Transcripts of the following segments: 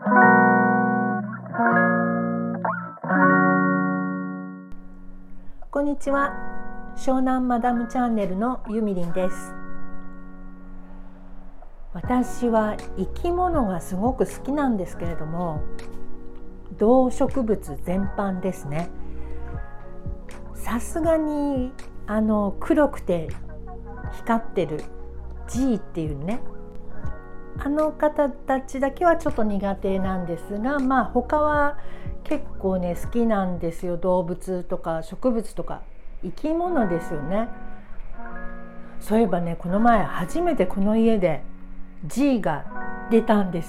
こんにちは。湘南マダムチャンネルのゆみりんです。私は生き物がすごく好きなんですけれども、動植物全般ですね。さすがに黒くて光ってる G っていうね、あの方たちだけはちょっと苦手なんですが、他は結構ね好きなんですよ。動物とか植物とか生き物ですよね。そういえばね、この前初めてこの家で G が出たんです。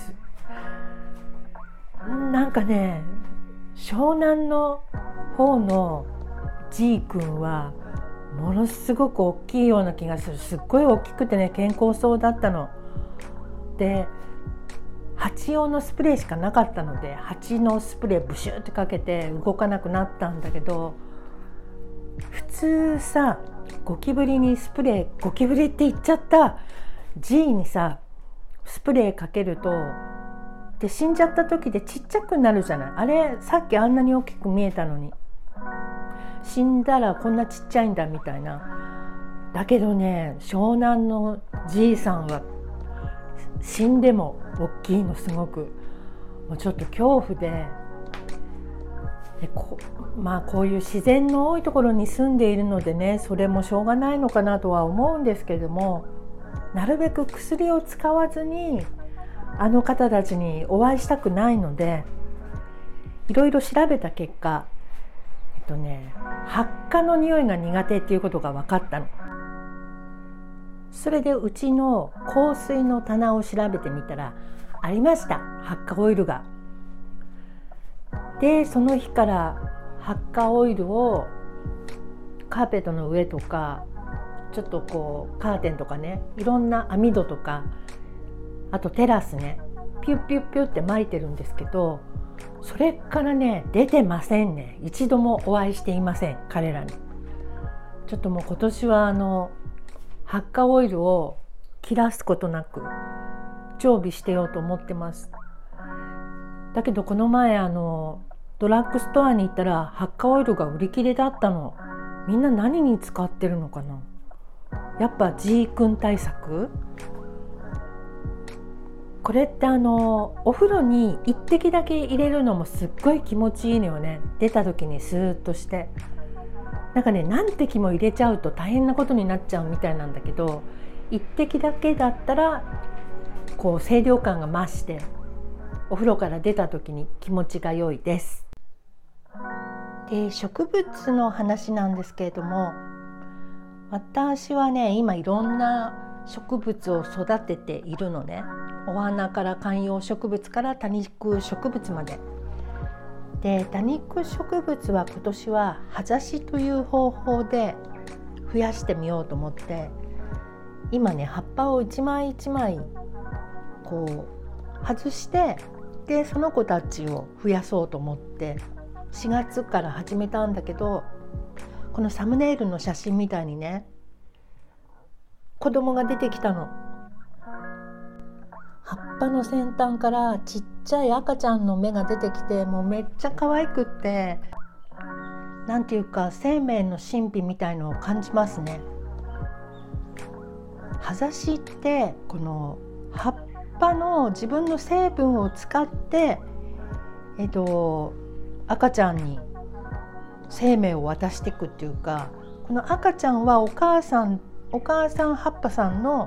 なんかね、湘南の方の G 君はものすごく大きいような気がする。すっごい大きくてね、健康そうだったので、蜂用のスプレーしかなかったので、蜂のスプレーブシューってかけて動かなくなったんだけど、普通さ、ゴキブリにスプレー、ゴキブリって言っちゃった G にさスプレーかけると、で死んじゃった時でちっちゃくなるじゃない。あれさっきあんなに大きく見えたのに、死んだらこんなちっちゃいんだみたいな。だけどね、湘南の G さんは死んでも大きいの。すごくもうちょっと恐怖で、こういう自然の多いところに住んでいるのでね、それもしょうがないのかなとは思うんですけれども、なるべく薬を使わずにあの方たちにお会いしたくないので、いろいろ調べた結果、発火の匂いが苦手っていうことが分かったの。それでうちの香水の棚を調べてみたらありました、発火オイルが。でその日から発火オイルをカーペットの上とか、ちょっとこうカーテンとかね、いろんな網戸とか、あとテラスね、ピュッピュッピュッって撒いてるんですけど、それからね出てませんね。一度もお会いしていません、彼らに。ちょっともう今年は発火オイルを切らすことなく常備してようと思ってます。だけどこの前ドラッグストアに行ったら発火オイルが売り切れだったの。みんな何に使ってるのかな。やっぱ G 君対策。これってお風呂に一滴だけ入れるのもすっごい気持ちいいのよね。出た時にスーッとして、なんかね、何滴も入れちゃうと大変なことになっちゃうみたいなんだけど、一滴だけだったらこう清涼感が増して、お風呂から出た時に気持ちが良いです。で、植物の話なんですけれども、私はね今いろんな植物を育てているのね。お花から観葉植物から多肉植物まで。で、多肉植物は今年は葉ざしという方法で増やしてみようと思って、今ね葉っぱを一枚一枚こう外して、でその子たちを増やそうと思って4月から始めたんだけど、このサムネイルの写真みたいにね、子供が出てきたの。葉っぱの先端からちっちゃい赤ちゃんの芽が出てきて、もうめっちゃ可愛くって、なんていうか生命の神秘みたいのを感じますね。葉ざしってこの葉っぱの自分の成分を使って赤ちゃんに生命を渡していくっていうか、この赤ちゃんはお母さん葉っぱさんの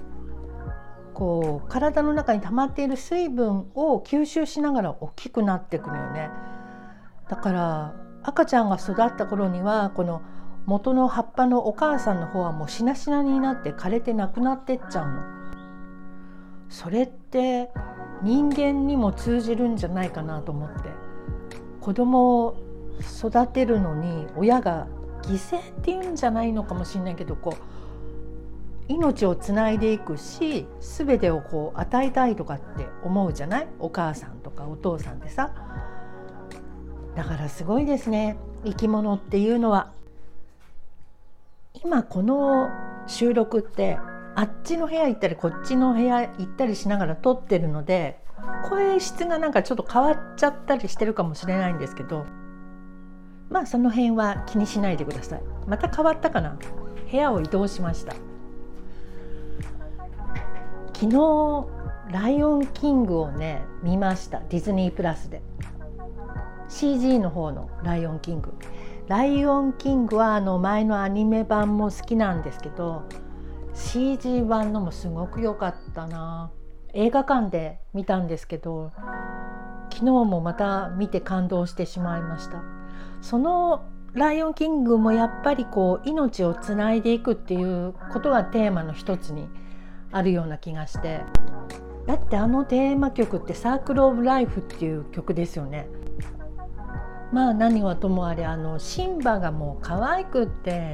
こう体の中に溜まっている水分を吸収しながら大きくなっていくのよね。だから赤ちゃんが育った頃にはこの元の葉っぱのお母さんの方はもうしなしなになって枯れてなくなってっちゃうの。それって人間にも通じるんじゃないかなと思って、子供を育てるのに親が犠牲っていうんじゃないのかもしれないけど、こう命をつないでいくし、全てをこう与えたいとかって思うじゃない、お母さんとかお父さんってさ。だからすごいですね、生き物っていうのは。今この収録ってあっちの部屋行ったりこっちの部屋行ったりしながら撮ってるので、 声質がなんかちょっと変わっちゃったりしてるかもしれないんですけど、まあその辺は気にしないでください。また変わったかな。部屋を移動しました。昨日ライオンキングをね見ました。ディズニープラスで CG の方のライオンキング。ライオンキングは前のアニメ版も好きなんですけど、 CG 版のもすごく良かったな。映画館で見たんですけど、昨日もまた見て感動してしまいました。そのライオンキングもやっぱりこう命をつないでいくっていうことがテーマの一つにあるような気がして、だってテーマ曲ってサークルオブライフっていう曲ですよね。まあ何はともあれシンバがもう可愛くって、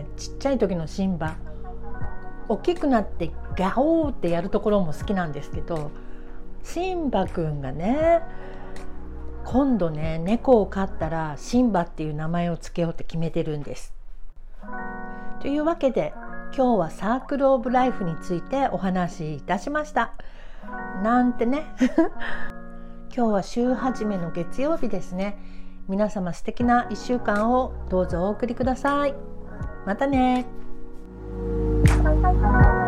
ちっちゃい時のシンバ大きくなってガオーってやるところも好きなんですけど、シンバくんがね今度ね猫を飼ったらシンバっていう名前をつけようって決めてるんです。というわけで今日はサークルオブライフについてお話しいたしましたなんてね今日は週始めの月曜日ですね。皆様素敵な1週間をどうぞお送りください。またね。